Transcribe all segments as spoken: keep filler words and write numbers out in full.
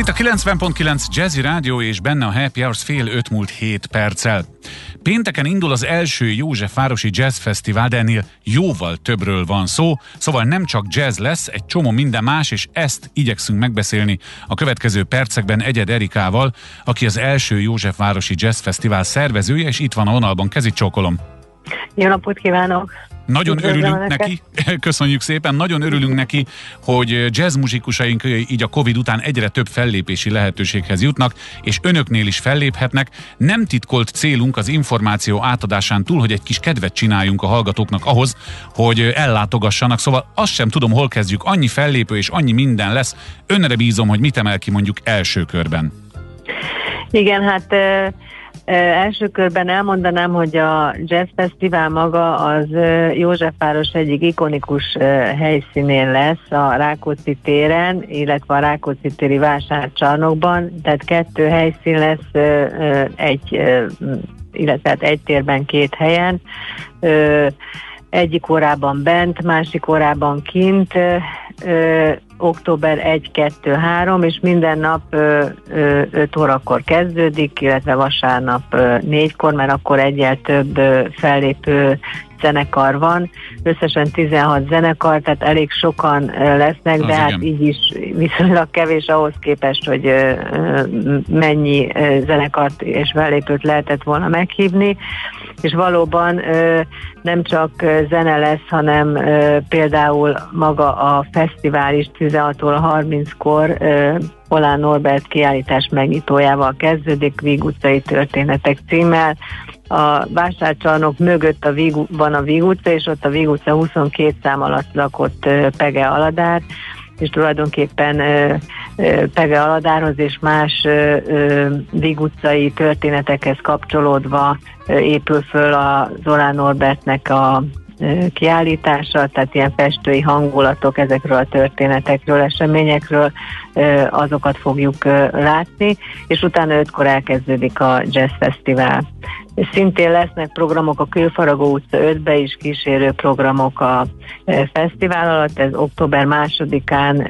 itt a kilencven pont kilenc Jazzy Rádió, és benne a Happy Hours fél öt múlt hét perccel. Pénteken indul az első Józsefvárosi Jazz Fesztivál, de ennél jóval többről van szó, szóval nem csak jazz lesz, egy csomó minden más, és ezt igyekszünk megbeszélni a következő percekben Egyed Erikával, aki az első Józsefvárosi Jazz Fesztivál szervezője, és itt van a vonalban. Kezit csókolom! Jó napot kívánok! Nagyon Üdvözlöm örülünk neki, köszönjük szépen, nagyon örülünk neki, hogy jazz muzsikusaink így a Covid után egyre több fellépési lehetőséghez jutnak, és önöknél is felléphetnek. Nem titkolt célunk az információ átadásán túl, hogy egy kis kedvet csináljunk a hallgatóknak ahhoz, hogy ellátogassanak, szóval azt sem tudom, hol kezdjük, annyi fellépő és annyi minden lesz. Önre bízom, hogy mit emel ki mondjuk első körben. Igen, hát... Uh... Első körben elmondanám, hogy a Jazz Fesztivál maga az Józsefváros egyik ikonikus helyszínén lesz, a Rákóczi téren, illetve a Rákóczi téri vásárcsarnokban, tehát kettő helyszín lesz, egy, illetve egy térben két helyen, egyik órában bent, másik órában kint, október elseje, kettő, három, és minden nap öt órakor kezdődik, illetve vasárnap négykor, mert akkor egyel több fellépő zenekar van, összesen tizenhat zenekar, tehát elég sokan lesznek, de az hát igen. Így is viszonylag kevés ahhoz képest, hogy mennyi zenekart és fellépőt lehetett volna meghívni, és valóban nem csak zene lesz, hanem például maga a fesztivál is tizenhat óra harminckor Polán Norbert kiállítás megnyitójával kezdődik, Víg utcai történetek címmel. A vásárcsarnok mögött a Víg, van a Víg utca, és ott a Víg utca huszonkét szám alatt lakott Pege Aladár, és tulajdonképpen Pege Aladárhoz és más Víg utcai történetekhez kapcsolódva épül föl a Zorán Norbertnek a kiállítása, tehát ilyen festői hangulatok ezekről a történetekről, eseményekről, azokat fogjuk látni, és utána ötkor elkezdődik a Jazz Fesztivál. Szintén lesznek programok a Kőfaragó utca ötbe is, kísérő programok a fesztivál alatt, ez október másodikán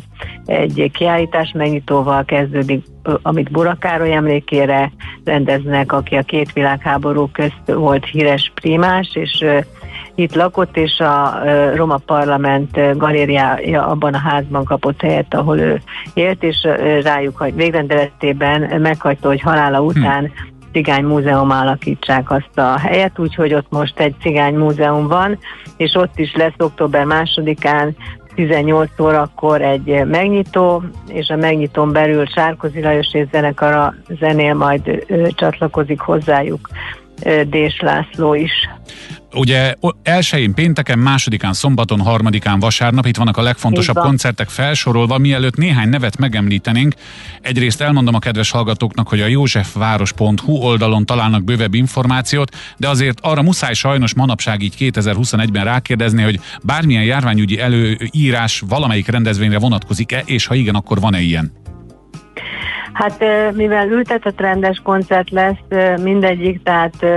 egy kiállítás megnyitóval kezdődik, amit Bura Károly emlékére rendeznek, aki a két világháború közt volt híres prímás, és itt lakott, és a Roma Parlament galériája abban a házban kapott helyet, ahol ő élt, és rájuk, hogy végrendeletében meghagyta, hogy halála után cigány múzeum alakítsák azt a helyet, úgyhogy ott most egy cigány múzeum van, és ott is lesz október másodikán tizennyolc órakor egy megnyitó, és a megnyitón belül Sárkozy Lajos és zenekara zenél, majd ő csatlakozik hozzájuk Dés László is. Ugye elsején pénteken, másodikán szombaton, harmadikán vasárnap, itt vannak a legfontosabb koncertek felsorolva, mielőtt néhány nevet megemlítenénk. Egyrészt elmondom a kedves hallgatóknak, hogy a józsefváros pont hu oldalon találnak bővebb információt, de azért arra muszáj sajnos manapság így kétezer-huszonegyben rákérdezni, hogy bármilyen járványügyi előírás valamelyik rendezvényre vonatkozik-e, és ha igen, akkor van-e ilyen? Hát mivel ültetett rendes koncert lesz mindegyik, tehát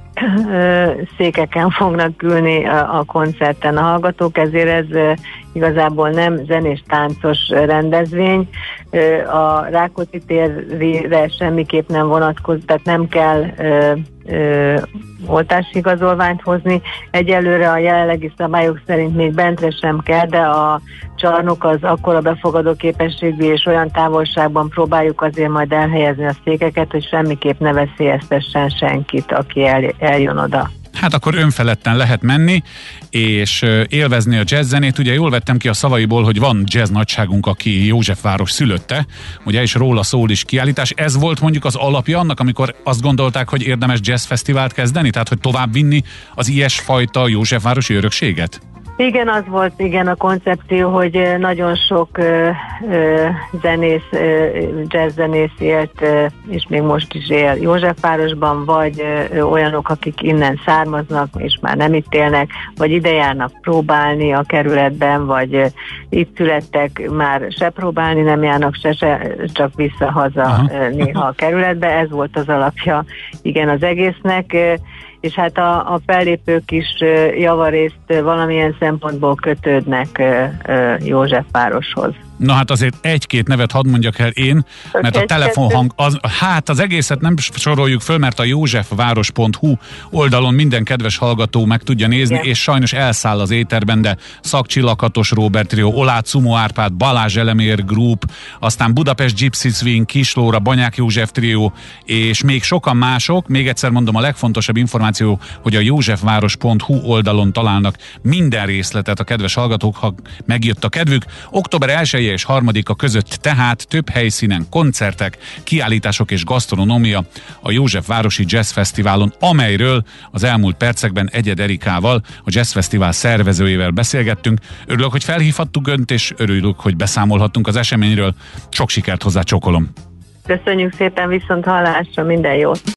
székeken fognak ülni a koncerten a hallgatók, ezért ez igazából nem zenés-táncos rendezvény. A Rákóczi térre semmiképp nem vonatkozik, tehát nem kell oltási igazolványt hozni. Egyelőre a jelenlegi szabályok szerint még bentre sem kell, de a csarnok az akkora befogadó képességű, és olyan távolságban próbáljuk azért majd elhelyezni a székeket, hogy semmiképp ne veszélyeztessen senkit, aki el, eljön oda. Hát akkor önfeledten lehet menni, és élvezni a jazz zenét. Ugye jól vettem ki a szavaiból, hogy van jazz nagyságunk, aki Józsefváros szülötte, ugye, és róla szól is kiállítás. Ez volt mondjuk az alapja annak, amikor azt gondolták, hogy érdemes jazz fesztivált kezdeni? Tehát, hogy tovább vinni az ilyesfajta józsefvárosi örökséget? Igen, az volt igen a koncepció, hogy nagyon sok ö, ö, zenész, ö, jazzzenész élt, ö, és még most is él Józsefvárosban, vagy ö, olyanok, akik innen származnak, és már nem itt élnek, vagy ide járnak próbálni a kerületben, vagy ö, itt születtek, már se próbálni nem járnak, se, se csak visszahaza ö, néha a kerületbe. Ez volt az alapja, igen, az egésznek. Ö, és hát a, a fellépők is javarészt valamilyen szempontból kötődnek Józsefvároshoz. Na hát azért egy-két nevet hadd mondjak el én, mert a telefonhang, az, hát az egészet nem soroljuk föl, mert a józsefváros pont hu oldalon minden kedves hallgató meg tudja nézni, igen. És sajnos elszáll az éterben, de Szakcsillakatos Róbert Trio, Oláh Cumó Árpád, Balázs Elemér Group, aztán Budapest Gypsy Swing, Kislóra, Banyák József Trio, és még sokan mások. Még egyszer mondom, a legfontosabb információ, hogy a józsefváros pont hu oldalon találnak minden részletet a kedves hallgatók, ha megjött a kedvük. október elseje és harmadika között tehát több helyszínen koncertek, kiállítások és gasztronómia a Józsefvárosi Jazz Fesztiválon, amelyről az elmúlt percekben Egyed Erikával, a Jazz Fesztivál szervezőjével beszélgettünk. Örülök, hogy felhívhattuk Önt, és örülök, hogy beszámolhattunk az eseményről. Sok sikert hozzá, csókolom! Köszönjük szépen, viszont hallásra, minden jót!